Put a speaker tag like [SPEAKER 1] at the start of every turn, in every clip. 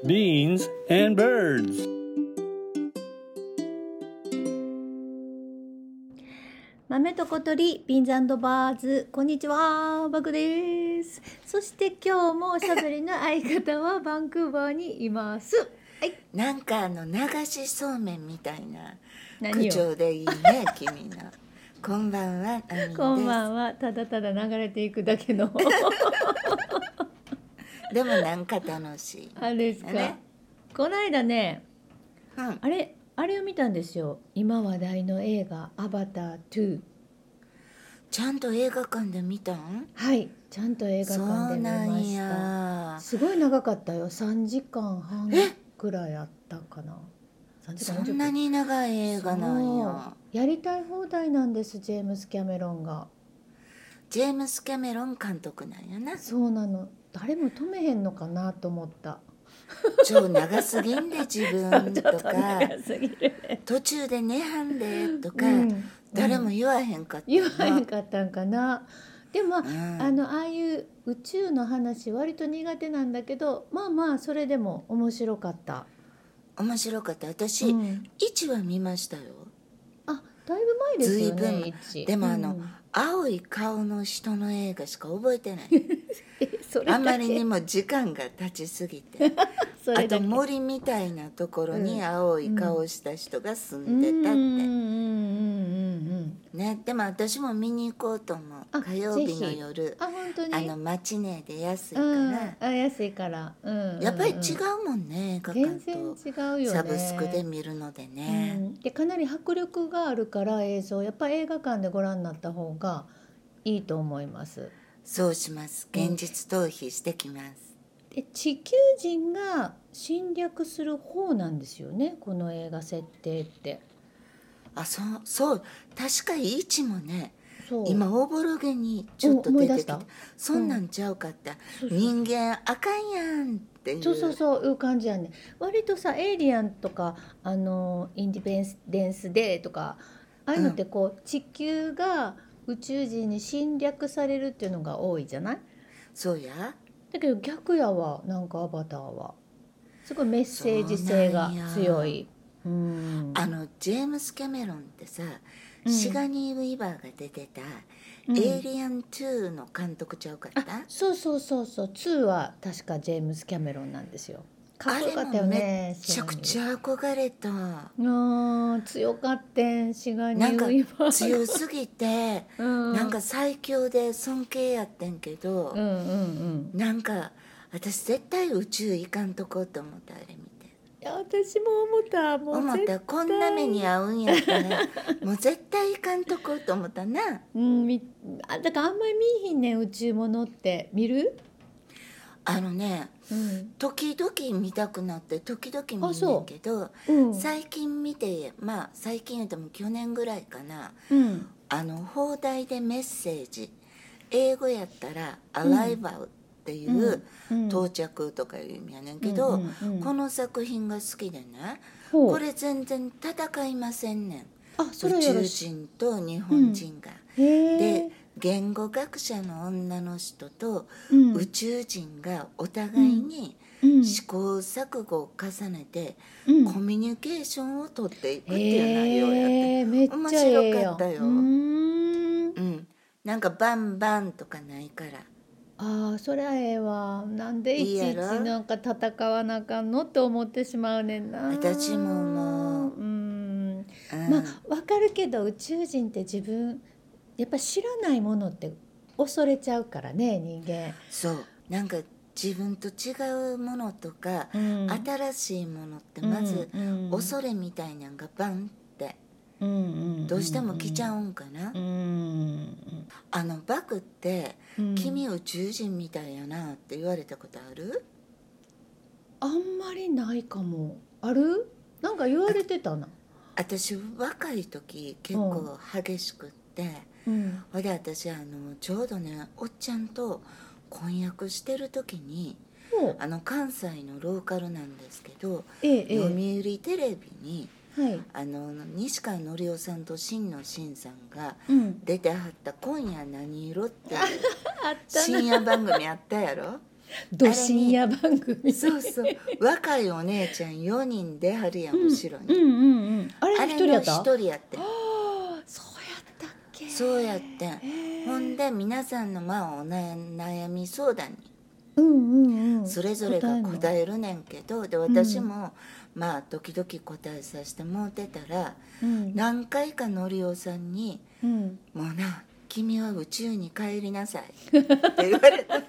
[SPEAKER 1] Beans and birds.
[SPEAKER 2] 豆と小鳥、ビーンズ&バーズ、こんにちは、バクです。そして今日もおしゃべりの相方はバンクーバーにいます。はい。
[SPEAKER 3] なんか流しそうめんみたいな
[SPEAKER 2] 何を
[SPEAKER 3] 口調でいいね君の。こんばんは、アミです。
[SPEAKER 2] こんばんは。ただただ流れていくだけの
[SPEAKER 3] でもなんか楽しい。
[SPEAKER 2] あれですか、
[SPEAKER 3] ね。
[SPEAKER 2] この間ね、
[SPEAKER 3] うん。
[SPEAKER 2] あれを見たんですよ。今話題の映画アバター2。
[SPEAKER 3] ちゃんと映画館で見たん？
[SPEAKER 2] はい、ちゃんと映画館で見ま
[SPEAKER 3] そうなん
[SPEAKER 2] した。
[SPEAKER 3] や。
[SPEAKER 2] すごい長かったよ。3時間半くらいあったかな。3時間40分。
[SPEAKER 3] そんなに長い映画なんや。
[SPEAKER 2] そうやりたい放題なんです、ジェームス・キャメロンが。
[SPEAKER 3] ジェームス・キャメロン監督なんやな。
[SPEAKER 2] そうなの。誰も止めへんのかなと思った。
[SPEAKER 3] 超長すぎんで自分とか
[SPEAKER 2] 長すぎる
[SPEAKER 3] 途中で寝はんでとか、誰も言わへんかった
[SPEAKER 2] 言わへんかったんかな。でも、
[SPEAKER 3] ん
[SPEAKER 2] ああいう宇宙の話割と苦手なんだけど、まあまあそれでも面白かった。
[SPEAKER 3] 面白かった。私、
[SPEAKER 2] うん
[SPEAKER 3] 1話見ましたよ。
[SPEAKER 2] あ、だいぶ前ですよ
[SPEAKER 3] 随
[SPEAKER 2] ね。
[SPEAKER 3] 分でも青い顔の人の映画しか覚えてない
[SPEAKER 2] それだけ
[SPEAKER 3] あんまりにも時間が経ちすぎて
[SPEAKER 2] それだけ
[SPEAKER 3] あと森みたいなところに青い顔した人が住んでたって、ね、でも私も見に行こうと思う。
[SPEAKER 2] あ
[SPEAKER 3] 火曜日の夜
[SPEAKER 2] 本当に
[SPEAKER 3] マチネで安いから、
[SPEAKER 2] 安いから、
[SPEAKER 3] やっぱり違うもんね、映画
[SPEAKER 2] 全
[SPEAKER 3] 館
[SPEAKER 2] 然
[SPEAKER 3] と
[SPEAKER 2] 違うよね。
[SPEAKER 3] サブスクで見るのでね、
[SPEAKER 2] でかなり迫力があるから映像やっぱ映画館でご覧になった方がいいと思います。
[SPEAKER 3] そうします。現実逃避してきます、
[SPEAKER 2] で地球人が侵略する方なんですよね、この映画設定って。
[SPEAKER 3] そう確か位置もね、
[SPEAKER 2] そう
[SPEAKER 3] 今おぼろげにちょっと出てきて、
[SPEAKER 2] 思い出した
[SPEAKER 3] そんなんちゃうかった、
[SPEAKER 2] そうそう
[SPEAKER 3] 人間あかんやんっていう。
[SPEAKER 2] そういう感じやね。割とさ、エイリアンとかインディペンデンスデーとかああいうのってこう、地球が宇宙人に侵略されるっていうのが多いじゃない。
[SPEAKER 3] そうや。
[SPEAKER 2] だけど逆やわ、なんかアバターはすごいメッセージ性が強い。
[SPEAKER 3] ジェームス・キャメロンってさ、シガニー・ウィーバーが出てた、エイリアン2の監督ちゃうかった？
[SPEAKER 2] そう2は確かジェームス・キャメロンなんですよ。かっこよかったよね。
[SPEAKER 3] めちゃくちゃ憧れた。
[SPEAKER 2] 強かってシガニ
[SPEAKER 3] なんか
[SPEAKER 2] ー・ウィーバー
[SPEAKER 3] 強すぎて、なんか最強で尊敬やってんけど、なんか私絶対宇宙行かんとこうと思った。あれ見て、
[SPEAKER 2] いや私も思った
[SPEAKER 3] こんな目に遭うんやったらもう絶対行かんとこうと思ったな。
[SPEAKER 2] だからあんまり見えひんねん、宇宙ものって見る？
[SPEAKER 3] 時々見たくなって時々見んねんけど、最近見て、最近言うても去年ぐらいかな、放題でメッセージ、英語やったら「Arrival」っていう到着とかいう意味やねんけど、この作品が好きでね、これ全然戦いませんねん、宇宙人と日本人が。で言語学者の女の人と宇宙人がお互いに試行錯誤を重ねてコミュニケーションを取っていくっていう内容やって
[SPEAKER 2] めっちゃええ
[SPEAKER 3] 面白かったよ。なんかバンバンとかないから。
[SPEAKER 2] そりゃええわ。なんでいちいちなんか戦わなあかんのって思ってしまうねんな。
[SPEAKER 3] 私ももう
[SPEAKER 2] わかるけど、宇宙人って自分やっぱ知らないものって恐れちゃうからね、人間。
[SPEAKER 3] そう、なんか自分と違うものとか、新しいものってまず恐れみたいなんがバンってどうしても来ちゃうんかな。バクって、君宇宙人みたいやなって言われたことある？
[SPEAKER 2] あんまりないかも。ある？なんか言われてたな。
[SPEAKER 3] 私若い時結構激しくって、ほいで私ちょうどね、おっちゃんと婚約してる時に、関西のローカルなんですけど、読売テレビに、西川のりおさんと新野真さんが出てはった「今夜何色」っていう深夜番組あったやろ。
[SPEAKER 2] ど深夜番組。
[SPEAKER 3] そうそう、若いお姉ちゃん4人出はるやん、後ろに。
[SPEAKER 2] あれの一人やった？
[SPEAKER 3] あれの一人やって。
[SPEAKER 2] そうやったっけ？
[SPEAKER 3] そうやってん。ほんで皆さんのお悩み相談にそれぞれが答えるねんけど、で私も時々答えさせてもうてたら、何回かのりおさんに、もうな、君は宇宙に帰りなさいって言われた。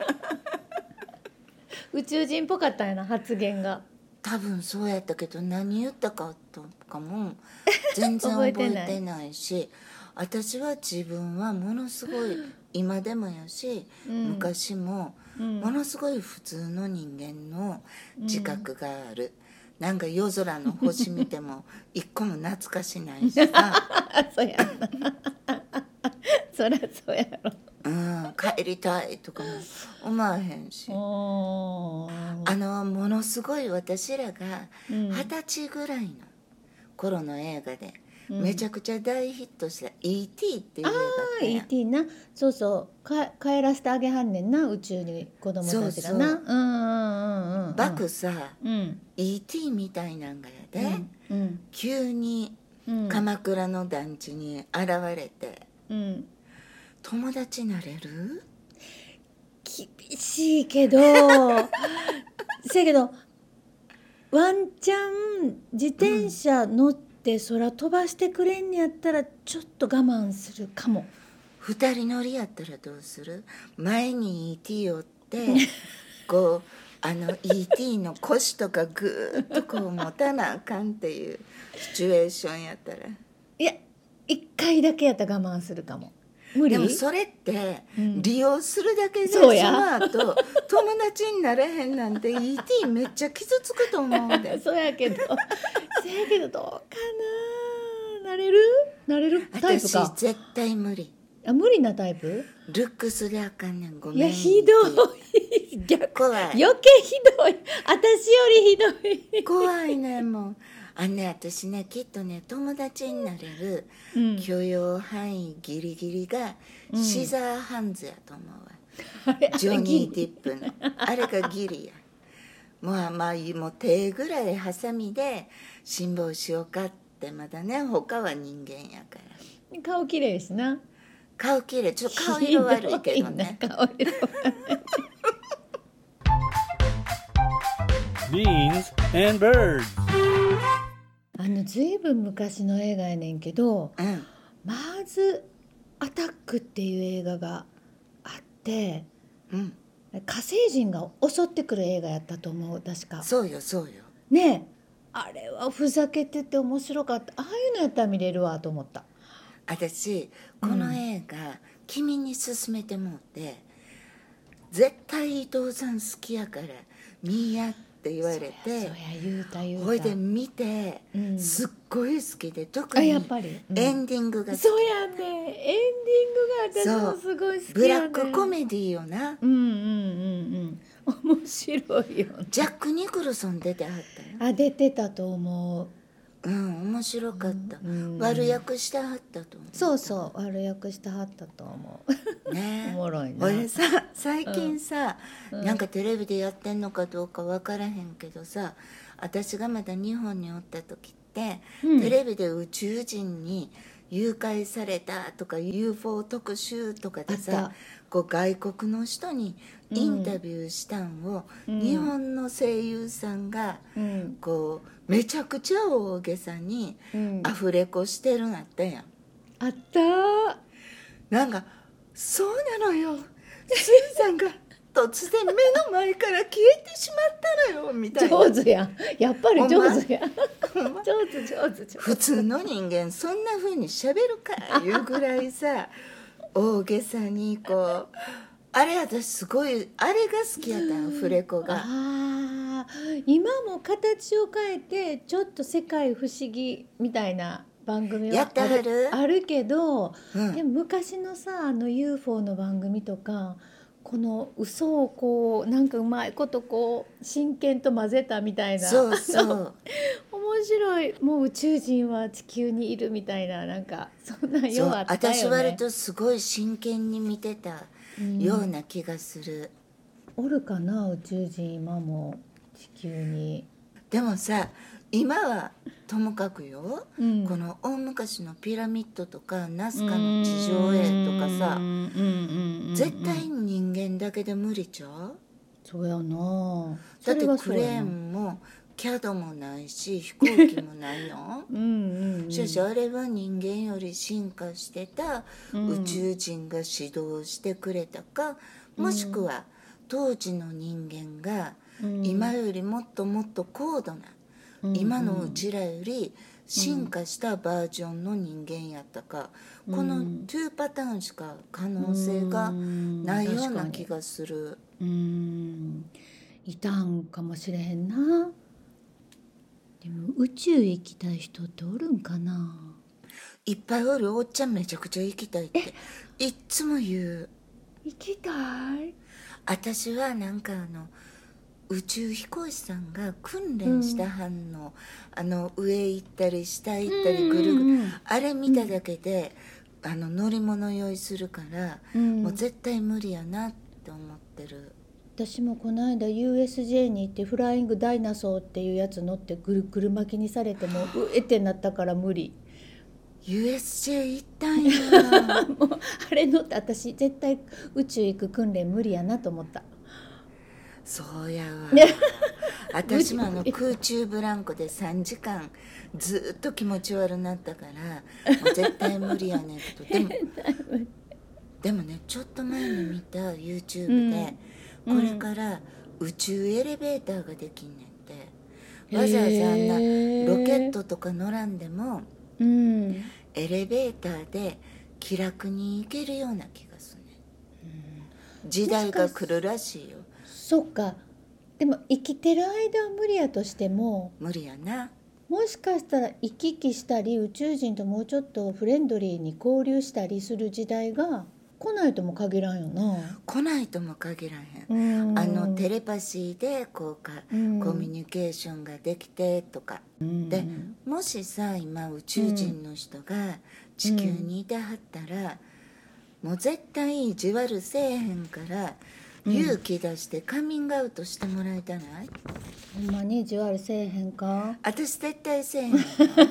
[SPEAKER 2] 宇宙人っぽかったんやな、発言が。
[SPEAKER 3] 多分そうやったけど、何言ったかとかも全然覚えてないし私は自分はものすごい今でもやし、昔もものすごい普通の人間の自覚がある、なんか夜空の星見ても一個も懐かしないしさ
[SPEAKER 2] そうやなそりゃそうやろ、
[SPEAKER 3] 帰りたいとかも思わへんし、ものすごい私らが20歳ぐらいの頃の映画で、めちゃくちゃ大ヒットした E.T. っていう映画だったやん。
[SPEAKER 2] E.T. な、そうそう帰らせてあげはんねんな、宇宙に子供たちがな。
[SPEAKER 3] バクさ、E.T. みたいなんがやで、急に鎌倉の団地に現れて、友達になれる？
[SPEAKER 2] 厳しいけどせやけどワンチャン自転車乗って空飛ばしてくれんにやったらちょっと我慢するかも。
[SPEAKER 3] 2人乗りやったらどうする？前に E.T. おってこうE.T. の腰とかグーッとこう持たなあかんっていうシチュエーションやったら、
[SPEAKER 2] いや1回だけやったら我慢するかも。無理？
[SPEAKER 3] でもそれって利用するだけでその後友達になれへんなんて E.T. めっちゃ傷つくと思うで
[SPEAKER 2] そうやけどどうかな、なれるタイプか。
[SPEAKER 3] 私絶対無理。
[SPEAKER 2] 無理なタイプ？
[SPEAKER 3] ルックスであかんねん。ごめん。
[SPEAKER 2] いやひどい
[SPEAKER 3] 怖い。
[SPEAKER 2] 余計ひどい、私よりひどい
[SPEAKER 3] 怖いね。もう私ね、きっとね、友達になれる許容範囲ギリギリがシザーハンズやと思うわ、ジョニー・ディップのあれがギリや。もう手ぐらいハサミで辛抱しようかって。まだね、他は人間やから。
[SPEAKER 2] 顔綺麗しな。
[SPEAKER 3] 顔綺麗、ちょっと顔色悪いけどね。
[SPEAKER 2] 顔色悪い
[SPEAKER 1] Beans and Birds。
[SPEAKER 2] ずいぶん昔の映画やねんけど、まずアタックっていう映画があって、火星人が襲ってくる映画やったと思う、確か。
[SPEAKER 3] そうよ
[SPEAKER 2] ねえ、あれはふざけてて面白かった。ああいうのやったら見れるわと思った。
[SPEAKER 3] 私この映画、君に勧めてもうて、絶対伊藤さん好きやから見やって言われて、
[SPEAKER 2] そうや言うた
[SPEAKER 3] ほいで見て、すっごい好きで、特に
[SPEAKER 2] やっぱり、
[SPEAKER 3] エンディングが好き。
[SPEAKER 2] そうやね、エンディングが私もすごい好きやね。
[SPEAKER 3] ブラックコメディよな。
[SPEAKER 2] 面白いよ、ね、
[SPEAKER 3] ジャック・ニクルソン出てはったよ。
[SPEAKER 2] 出てたと思う。
[SPEAKER 3] 面白かった、悪役してはったと思う。
[SPEAKER 2] そう悪役してはったと思うねおもろいな。
[SPEAKER 3] 俺さ、最近さ、なんかテレビでやってんのかどうか分からへんけどさ、私がまだ日本におった時って、テレビで宇宙人に誘拐されたとか UFO 特集とかでさ、こう外国の人にインタビューしたんを、日本の声優さんがこうめちゃくちゃ大げさにアフレコしてるんあったやん。
[SPEAKER 2] あった。
[SPEAKER 3] なんかそうなのよ、スーさんが突然目の前から消えてしまったのよみたいな。
[SPEAKER 2] 上手やん、やっぱり上手やん上手
[SPEAKER 3] 普通の人間そんな風に喋るかいうぐらいさ大げさにこう、あれ私すごいあれが好きやったの、フレコが。
[SPEAKER 2] 今も形を変えてちょっと世界不思議みたいな番組はあるけど、でも昔のさUFO の番組とか、この嘘をこうなんかうまいことこう真剣と混ぜたみたいな、
[SPEAKER 3] そう
[SPEAKER 2] 面白い。もう宇宙人は地球にいるみたいな、なんかそんなようあったよね。
[SPEAKER 3] 私割とすごい真剣に見てたような気がする。
[SPEAKER 2] おるかな宇宙人今も地球に。
[SPEAKER 3] でもさ今はともかくよ、この大昔のピラミッドとかナスカの地上絵とかさ、絶対人間だけで無理ちゃう？
[SPEAKER 2] そうやな。
[SPEAKER 3] だってクレーンもCADもないし飛行機もないよしかしあれは人間より進化してた宇宙人が指導してくれたか、もしくは当時の人間が今よりもっともっと高度な、今のうちらより進化したバージョンの人間やったか、この2パターンしか可能性がないような気がする。
[SPEAKER 2] いたんかもしれへんな。でも宇宙行きたい人っておるんかな。
[SPEAKER 3] いっぱいおる。おっちゃんめちゃくちゃ行きたいっていっつも言う。
[SPEAKER 2] 行きたい。
[SPEAKER 3] 私はなんか宇宙飛行士さんが訓練したはんの、上行ったり下行ったりぐるぐる、あれ見ただけで、乗り物酔いするから、もう絶対無理やなって思ってる。
[SPEAKER 2] 私もこの間 USJ に行ってフライングダイナソーっていうやつ乗ってぐるぐる巻きにされてもうえってなったから無理。
[SPEAKER 3] USJ 行ったんや
[SPEAKER 2] もうあれ乗って私絶対宇宙行く訓練無理やなと思った。
[SPEAKER 3] そうやわ私も空中ブランコで3時間ずっと気持ち悪なったからもう絶対無理やねんけどでもねちょっと前に見た YouTube で、これから宇宙エレベーターができんねんて。わざわざあんなロケットとか乗らんでも、エレベーターで気楽に行けるような気がするね、時代が来るらしいよ。
[SPEAKER 2] そっか。でも生きてる間は無理やとしても
[SPEAKER 3] 無理やな。
[SPEAKER 2] もしかしたら行き来したり宇宙人ともうちょっとフレンドリーに交流したりする時代が来ないとも限らんよな。
[SPEAKER 3] 来ないとも限らへん。テレパシーでコミュニケーションができてとか、でもしさ今宇宙人の人が地球にいてはったら、もう絶対意地悪せえへんから、勇気出してカミングアウトしてもらいたない？
[SPEAKER 2] ほんまに意地悪せえへんか？
[SPEAKER 3] 私絶対せえへん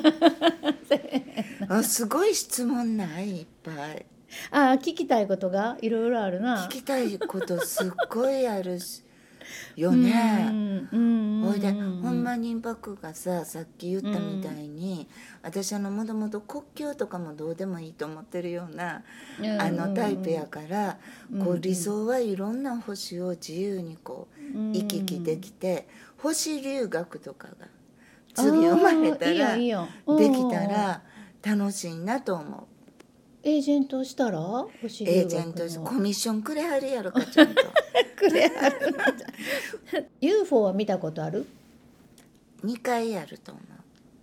[SPEAKER 3] すごい質問ない？いっぱい。
[SPEAKER 2] 聞きたいことがいろいろあるな。
[SPEAKER 3] 聞きたいことすっごいあるしよね。ほいでほんまにバクがさっき言ったみたいに、私もともと国境とかもどうでもいいと思ってるようなタイプやから、こう理想はいろんな星を自由にこう行き来できて、星留学とかが次生まれたらできたら楽しいなと思う。
[SPEAKER 2] エージェントしたら星留学の
[SPEAKER 3] エージェントしてコミッションくれはるやろかちゃんと
[SPEAKER 2] くれはるUFO は見たことある
[SPEAKER 3] ？2回あると思う。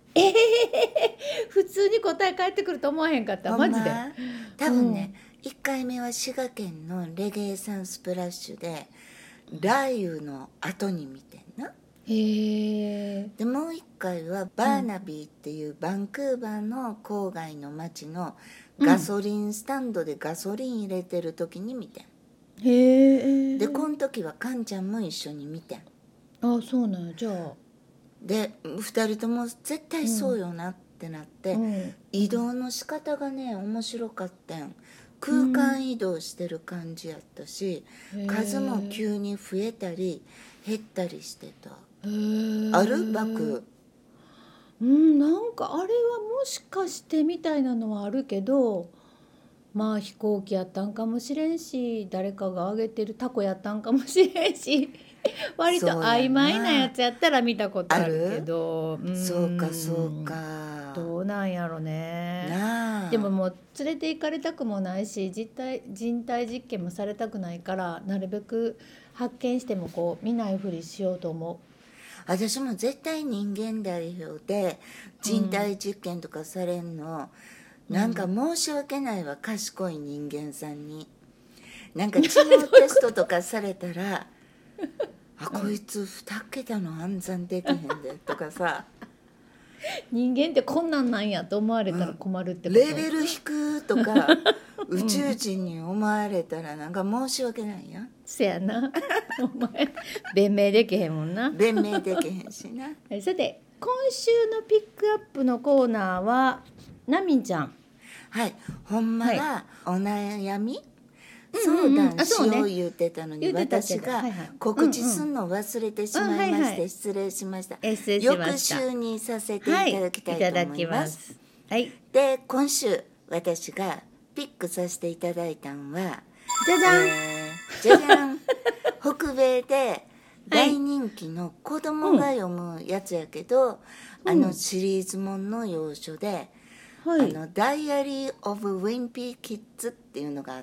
[SPEAKER 2] 普通に答え返ってくると思わへんかった。マジで
[SPEAKER 3] 多分ね、1回目は滋賀県のレゲエサンスプラッシュで雷雨の後に見てんな。でもう1回はバーナビーっていうバンクーバーの郊外の町のガソリンスタンドでガソリン入れてる時に見てん。でこの時はカンちゃんも一緒に見てん。
[SPEAKER 2] そうなんや。じゃあ
[SPEAKER 3] で2人とも絶対そうよなってなって、移動の仕方がね面白かったん。空間移動してる感じやったし、数も急に増えたり減ったりしてた。ある？バク。
[SPEAKER 2] なんかあれはもしかしてみたいなのはあるけど、まあ飛行機やったんかもしれんし、誰かがあげてるタコやったんかもしれんし割と曖昧なやつやったら見たことあるけど。
[SPEAKER 3] そうかそうか。
[SPEAKER 2] どうなんやろね。でももう連れて行かれたくもないし、人体実験もされたくないから、なるべく発見してもこう見ないふりしようと思う。
[SPEAKER 3] 私も絶対人間代表で人体実験とかされんの、なんか申し訳ないわ、賢い人間さんに。なんか知能テストとかされたらこいつ2桁の暗算できへんでとかさ
[SPEAKER 2] 人間ってこんなんなんやと思われたら困るってこと、
[SPEAKER 3] レベル低くとか宇宙人に思われたらなんか申し訳ないやん。
[SPEAKER 2] せやなお前弁明できへんもんな。
[SPEAKER 3] 弁明できへんしな
[SPEAKER 2] さて今週のピックアップのコーナーはナミンちゃん。
[SPEAKER 3] はい、ほんまはお悩み、相談しよう言うてたのに、私が告知すんの忘れてしまいまして、失礼しました。翌週にさせていただきたいと思います。で今週私がピックさせていただいたのは
[SPEAKER 2] じゃじゃん、
[SPEAKER 3] じゃじゃん北米で大人気の子供が読むやつやけど、シリーズもんの要所で、ダイアリー・オブ・ウィンピー・キッズっていうのがあって、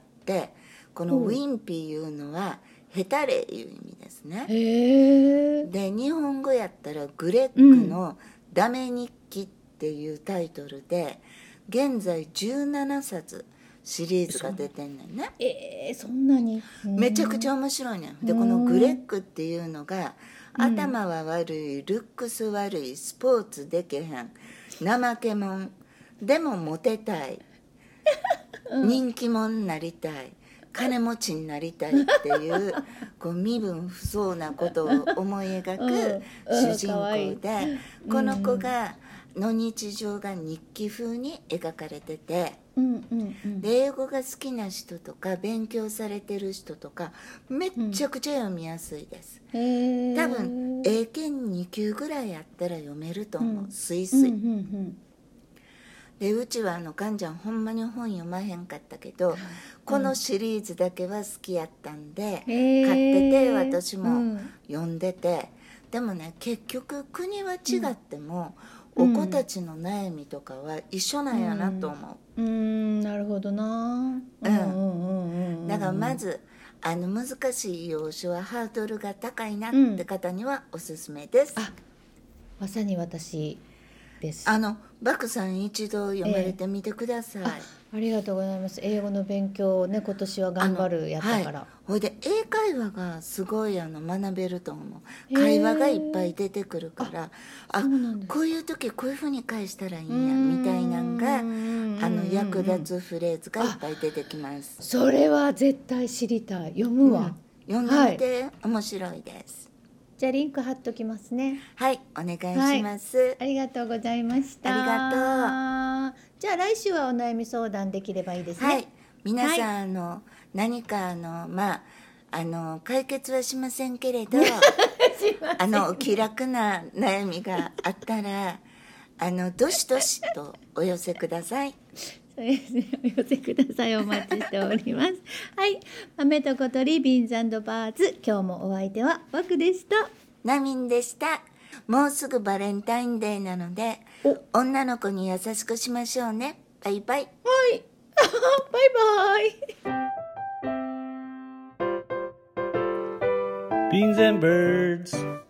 [SPEAKER 3] このウィンピーいうのはヘタレいう意味ですね。で日本語やったらグレッグのダメ日記っていうタイトルで、現在17冊シリーズが出てんねんね。
[SPEAKER 2] そんなに
[SPEAKER 3] めちゃくちゃ面白いねん。でこのグレッグっていうのが、頭は悪い、ルックス悪い、スポーツでけへん、怠けもんでもモテたい、人気者になりたい、金持ちになりたいっていうこう身分不相なことを思い描く主人公で、この子がの日常が日記風に描かれてて、で英語が好きな人とか勉強されてる人とかめっちゃくちゃ読みやすいです。多分英検2級ぐらいやったら読めると思う、スイスイ。でうちはかんちゃんほんまに本読まへんかったけど、このシリーズだけは好きやったんで、買ってて私も読んでて、でもね結局国は違っても、お子たちの悩みとかは一緒なんやなと思う。
[SPEAKER 2] なるほどな。
[SPEAKER 3] だからまず難しい要所はハードルが高いなって方にはおすすめです。
[SPEAKER 2] まさに私です。
[SPEAKER 3] バクさん一度読まれてみてください。
[SPEAKER 2] ありがとうございます。英語の勉強をね今年は頑張るやったから。
[SPEAKER 3] ほいで英会話がすごい学べると思う。会話がいっぱい出てくるから、こういう時こういうふうに返したらいいんやみたいなんが役立つフレーズがいっぱい出てきます。
[SPEAKER 2] それは絶対知りたい。読むわ。
[SPEAKER 3] 読んでみて、面白いです。
[SPEAKER 2] じゃあリンク貼っときますね。
[SPEAKER 3] はい、お願いします。
[SPEAKER 2] ありがとうございました。
[SPEAKER 3] ありがとう。
[SPEAKER 2] じゃあ来週はお悩み相談できればいいですね。
[SPEAKER 3] 皆さん何か解決はしませんけれどお気楽な悩みがあったらどしどしとお寄せください。
[SPEAKER 2] そうですね、お寄せください。お待ちしております。はい、豆と小鳥ビーンズ&バーズ、今日もお相手はバクでした。
[SPEAKER 3] ナミンでした。もうすぐバレンタインデーなので女の子に優しくしましょうね。バイバイ。
[SPEAKER 2] はいバイバイ。
[SPEAKER 1] Beans and birds.